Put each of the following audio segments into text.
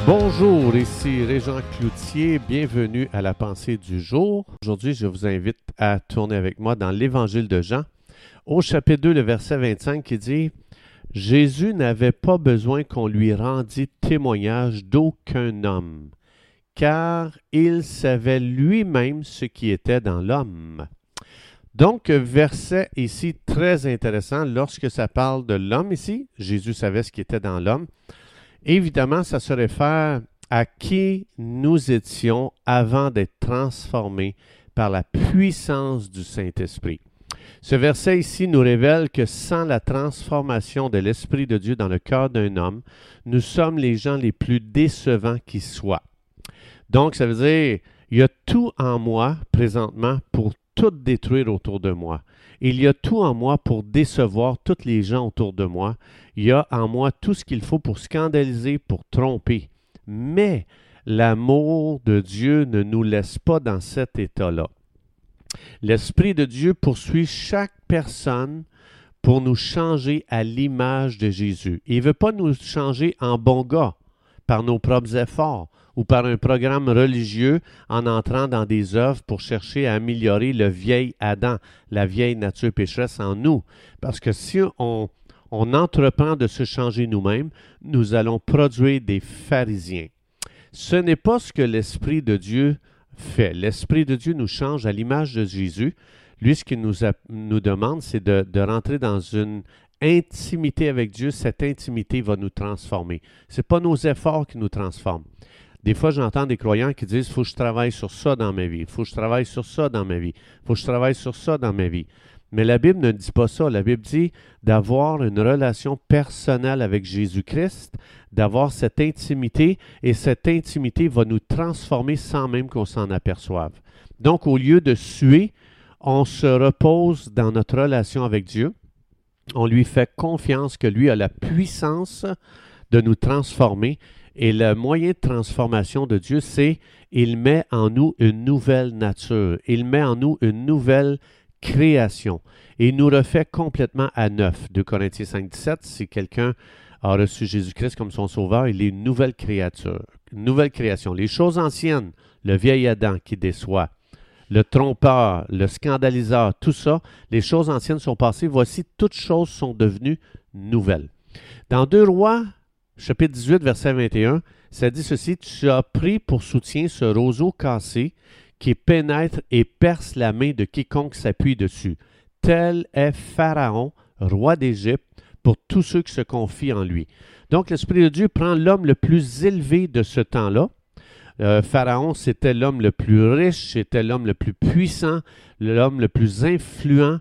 Bonjour, ici Régent Cloutier, bienvenue à la pensée du jour. Aujourd'hui, je vous invite à tourner avec moi dans l'Évangile de Jean, au chapitre 2, le verset 25 qui dit « Jésus n'avait pas besoin qu'on lui rendît témoignage d'aucun homme, car il savait lui-même ce qui était dans l'homme. » Donc, verset ici très intéressant lorsque ça parle de l'homme ici. Jésus savait ce qui était dans l'homme. Évidemment, ça se réfère à qui nous étions avant d'être transformés par la puissance du Saint-Esprit. Ce verset ici nous révèle que sans la transformation de l'Esprit de Dieu dans le cœur d'un homme, nous sommes les gens les plus décevants qui soient. Donc, ça veut dire, il y a tout en moi présentement pour tout détruire autour de moi. Il y a tout en moi pour décevoir tous les gens autour de moi. Il y a en moi tout ce qu'il faut pour scandaliser, pour tromper. Mais l'amour de Dieu ne nous laisse pas dans cet état-là. L'Esprit de Dieu poursuit chaque personne pour nous changer à l'image de Jésus. Il ne veut pas nous changer en bon gars par nos propres efforts ou par un programme religieux en entrant dans des œuvres pour chercher à améliorer le vieil Adam, la vieille nature pécheresse en nous. Parce que si on entreprend de se changer nous-mêmes, nous allons produire des pharisiens. Ce n'est pas ce que l'Esprit de Dieu fait. L'Esprit de Dieu nous change à l'image de Jésus. Lui, ce qu'il nous demande, c'est de rentrer dans une intimité avec Dieu. Cette intimité va nous transformer. Ce n'est pas nos efforts qui nous transforment. Des fois, j'entends des croyants qui disent « il faut que je travaille sur ça dans ma vie, il faut que je travaille sur ça dans ma vie, il faut que je travaille sur ça dans ma vie ». Mais la Bible ne dit pas ça. La Bible dit d'avoir une relation personnelle avec Jésus-Christ, d'avoir cette intimité, et cette intimité va nous transformer sans même qu'on s'en aperçoive. Donc, au lieu de suer, on se repose dans notre relation avec Dieu. On lui fait confiance que lui a la puissance de nous transformer. Et le moyen de transformation de Dieu, c'est il met en nous une nouvelle nature. Il met en nous une nouvelle création. Et il nous refait complètement à neuf. 2 Corinthiens 5, 17, si quelqu'un a reçu Jésus-Christ comme son sauveur, il est une nouvelle créature, une nouvelle création. Les choses anciennes, le vieil Adam qui déçoit, le trompeur, le scandaliseur, tout ça, les choses anciennes sont passées. Voici, toutes choses sont devenues nouvelles. Dans 2 Rois, chapitre 18, verset 21, ça dit ceci, « Tu as pris pour soutien ce roseau cassé qui pénètre et perce la main de quiconque s'appuie dessus. Tel est Pharaon, roi d'Égypte, pour tous ceux qui se confient en lui. » Donc, l'Esprit de Dieu prend l'homme le plus élevé de ce temps-là. Pharaon, c'était l'homme le plus riche, c'était l'homme le plus puissant, l'homme le plus influent.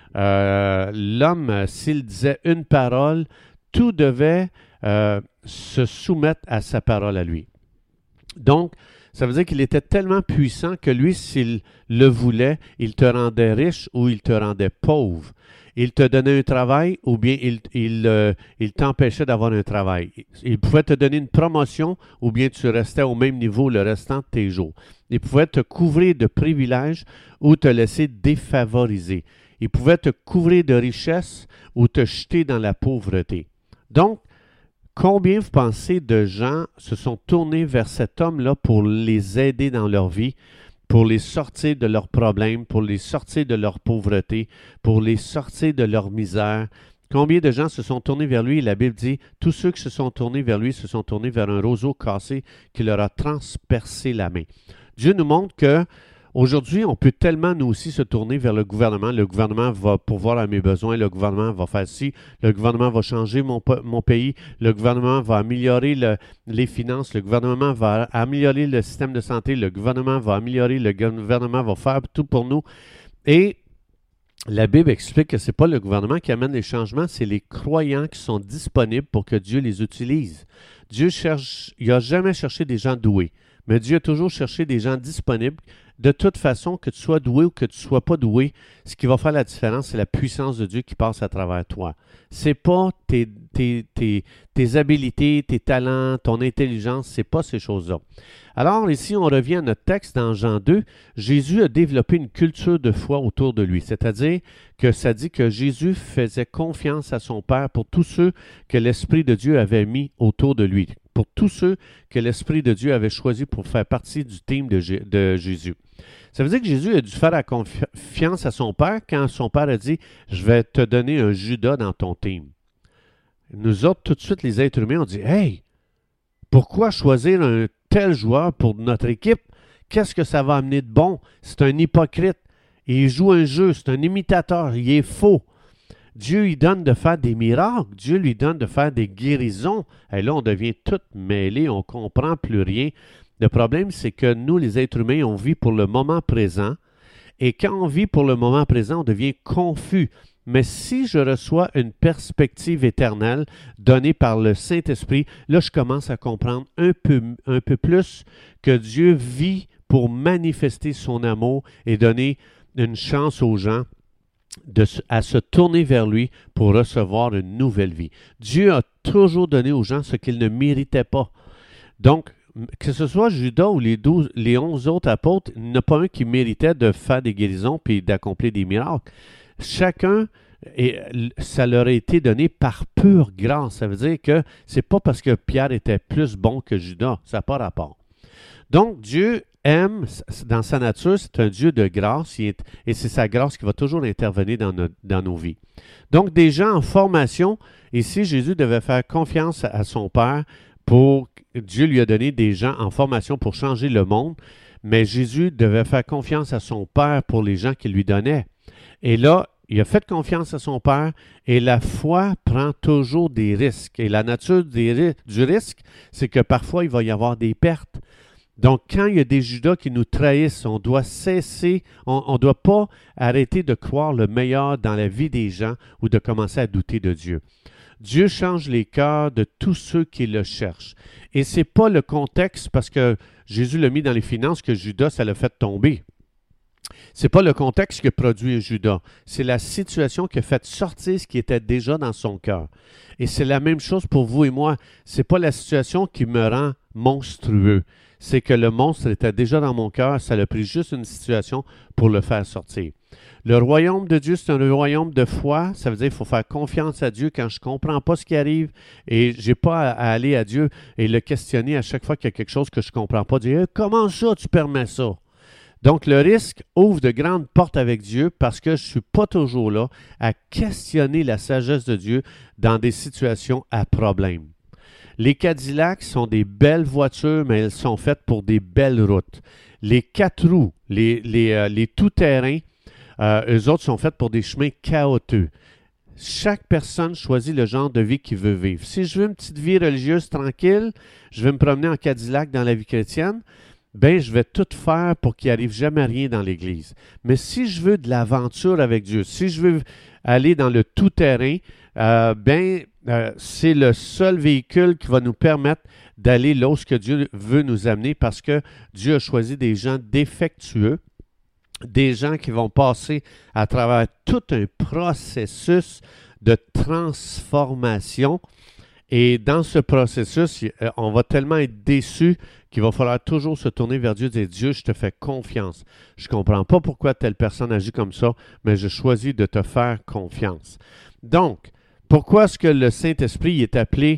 L'homme, s'il disait une parole, tout devait se soumettre à sa parole à lui. Donc, ça veut dire qu'il était tellement puissant que lui, s'il le voulait, il te rendait riche ou il te rendait pauvre. Il te donnait un travail ou bien il t'empêchait d'avoir un travail. Il pouvait te donner une promotion ou bien tu restais au même niveau le restant de tes jours. Il pouvait te couvrir de privilèges ou te laisser défavoriser. Il pouvait te couvrir de richesses ou te jeter dans la pauvreté. Donc, combien vous pensez de gens se sont tournés vers cet homme-là pour les aider dans leur vie, pour les sortir de leurs problèmes, pour les sortir de leur pauvreté, pour les sortir de leur misère? Combien de gens se sont tournés vers lui? La Bible dit, tous ceux qui se sont tournés vers lui se sont tournés vers un roseau cassé qui leur a transpercé la main. Dieu nous montre que aujourd'hui, on peut tellement nous aussi se tourner vers le gouvernement. Le gouvernement va pourvoir à mes besoins. Le gouvernement va faire ci. Le gouvernement va changer mon pays. Le gouvernement va améliorer les finances. Le gouvernement va améliorer le système de santé. Le gouvernement va améliorer. Le gouvernement va faire tout pour nous. Et la Bible explique que ce n'est pas le gouvernement qui amène les changements, c'est les croyants qui sont disponibles pour que Dieu les utilise. Dieu cherche, il n'a jamais cherché des gens doués, mais Dieu a toujours cherché des gens disponibles de toute façon, que tu sois doué ou que tu ne sois pas doué, ce qui va faire la différence, c'est la puissance de Dieu qui passe à travers toi. Ce n'est pas tes habiletés, tes talents, ton intelligence, ce n'est pas ces choses-là. Alors ici, on revient à notre texte dans Jean 2. Jésus a développé une culture de foi autour de lui, c'est-à-dire que ça dit que Jésus faisait confiance à son Père pour tous ceux que l'Esprit de Dieu avait mis autour de lui, pour tous ceux que l'Esprit de Dieu avait choisi pour faire partie du team de Jésus. Ça veut dire que Jésus a dû faire la confiance à son Père quand son Père a dit « Je vais te donner un Judas dans ton team ». Nous autres, tout de suite, les êtres humains, on dit « Hey, pourquoi choisir un tel joueur pour notre équipe? Qu'est-ce que ça va amener de bon? C'est un hypocrite. Il joue un jeu, c'est un imitateur, il est faux. Dieu lui donne de faire des miracles, Dieu lui donne de faire des guérisons. Et là, on devient tout mêlé, on ne comprend plus rien. Le problème, c'est que nous, les êtres humains, on vit pour le moment présent. Et quand on vit pour le moment présent, on devient confus. Mais si je reçois une perspective éternelle donnée par le Saint-Esprit, là, je commence à comprendre un peu plus que Dieu vit pour manifester son amour et donner une chance aux gens à se tourner vers lui pour recevoir une nouvelle vie. Dieu a toujours donné aux gens ce qu'ils ne méritaient pas. Donc, que ce soit Judas ou les 11 autres apôtres, il n'y en a pas un qui méritait de faire des guérisons puis d'accomplir des miracles. Chacun, ça leur a été donné par pure grâce. Ça veut dire que c'est pas parce que Pierre était plus bon que Judas. Ça n'a pas rapport. Donc, Dieu aime, dans sa nature, c'est un Dieu de grâce et c'est sa grâce qui va toujours intervenir dans nos vies. Donc, des gens en formation, ici, Jésus devait faire confiance à son Père Dieu lui a donné des gens en formation pour changer le monde, mais Jésus devait faire confiance à son Père pour les gens qu'il lui donnait. Et là, il a fait confiance à son Père et la foi prend toujours des risques. Et la nature du risque, c'est que parfois, il va y avoir des pertes. Donc, quand il y a des Judas qui nous trahissent, on doit cesser, on ne doit pas arrêter de croire le meilleur dans la vie des gens ou de commencer à douter de Dieu. Dieu change les cœurs de tous ceux qui le cherchent. Et ce n'est pas le contexte, parce que Jésus l'a mis dans les finances, que Judas, ça l'a fait tomber. Ce n'est pas le contexte qui a produit Judas. C'est la situation qui a fait sortir ce qui était déjà dans son cœur. Et c'est la même chose pour vous et moi. Ce n'est pas la situation qui me rend monstrueux. C'est que le monstre était déjà dans mon cœur. Ça a pris juste une situation pour le faire sortir. Le royaume de Dieu, c'est un royaume de foi. Ça veut dire qu'il faut faire confiance à Dieu quand je ne comprends pas ce qui arrive et je n'ai pas à aller à Dieu et le questionner à chaque fois qu'il y a quelque chose que je ne comprends pas. Dire comment ça tu permets ça? Donc, le risque ouvre de grandes portes avec Dieu parce que je ne suis pas toujours là à questionner la sagesse de Dieu dans des situations à problème. Les Cadillacs sont des belles voitures, mais elles sont faites pour des belles routes. Les 4 roues, les tout-terrains, eux autres sont faits pour des chemins chaotiques. Chaque personne choisit le genre de vie qu'il veut vivre. Si je veux une petite vie religieuse tranquille, je vais me promener en Cadillac dans la vie chrétienne, ben je vais tout faire pour qu'il n'arrive jamais rien dans l'Église. Mais si je veux de l'aventure avec Dieu, si je veux aller dans le tout-terrain, c'est le seul véhicule qui va nous permettre d'aller là où ce que Dieu veut nous amener parce que Dieu a choisi des gens défectueux, des gens qui vont passer à travers tout un processus de transformation. Et dans ce processus, on va tellement être déçu qu'il va falloir toujours se tourner vers Dieu et dire « Dieu, je te fais confiance. Je ne comprends pas pourquoi telle personne agit comme ça, mais je choisis de te faire confiance. » Donc, pourquoi est-ce que le Saint-Esprit est appelé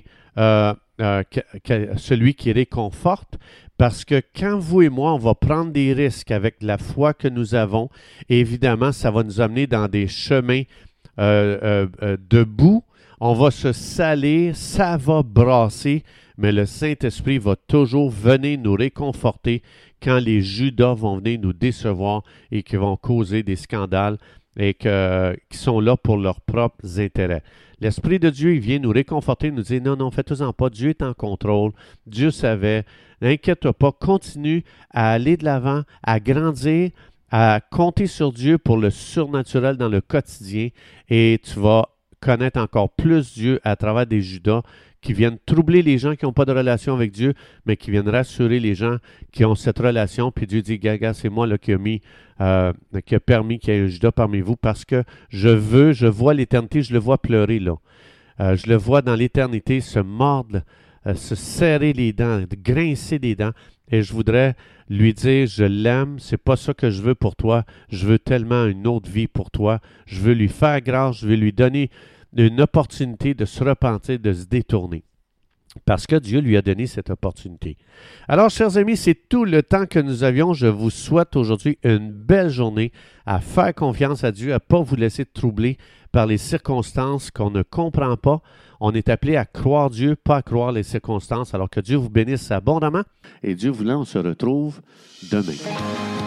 celui qui réconforte? Parce que quand vous et moi, on va prendre des risques avec la foi que nous avons, et évidemment, ça va nous amener dans des chemins de boue. On va se salir, ça va brasser, mais le Saint-Esprit va toujours venir nous réconforter quand les Judas vont venir nous décevoir et qui vont causer des scandales et qui sont là pour leurs propres intérêts. L'Esprit de Dieu, il vient nous réconforter, nous dire « Non, faites-en pas, Dieu est en contrôle, Dieu savait, n'inquiète pas, continue à aller de l'avant, à grandir, à compter sur Dieu pour le surnaturel dans le quotidien et tu vas connaître encore plus Dieu à travers des Judas qui viennent troubler les gens qui n'ont pas de relation avec Dieu, mais qui viennent rassurer les gens qui ont cette relation. Puis Dieu dit, Gaga, c'est moi là, qui a permis qu'il y ait un Judas parmi vous parce que je vois l'éternité, je le vois pleurer là. Je le vois dans l'éternité se mordre, se serrer les dents, grincer des dents. Et je voudrais lui dire, je l'aime, c'est pas ça que je veux pour toi. Je veux tellement une autre vie pour toi. Je veux lui faire grâce, je veux lui donner une opportunité de se repentir, de se détourner. Parce que Dieu lui a donné cette opportunité. Alors, chers amis, c'est tout le temps que nous avions. Je vous souhaite aujourd'hui une belle journée, à faire confiance à Dieu, à ne pas vous laisser troubler par les circonstances qu'on ne comprend pas. On est appelé à croire Dieu, pas à croire les circonstances. Alors que Dieu vous bénisse abondamment. Et Dieu voulant, on se retrouve demain.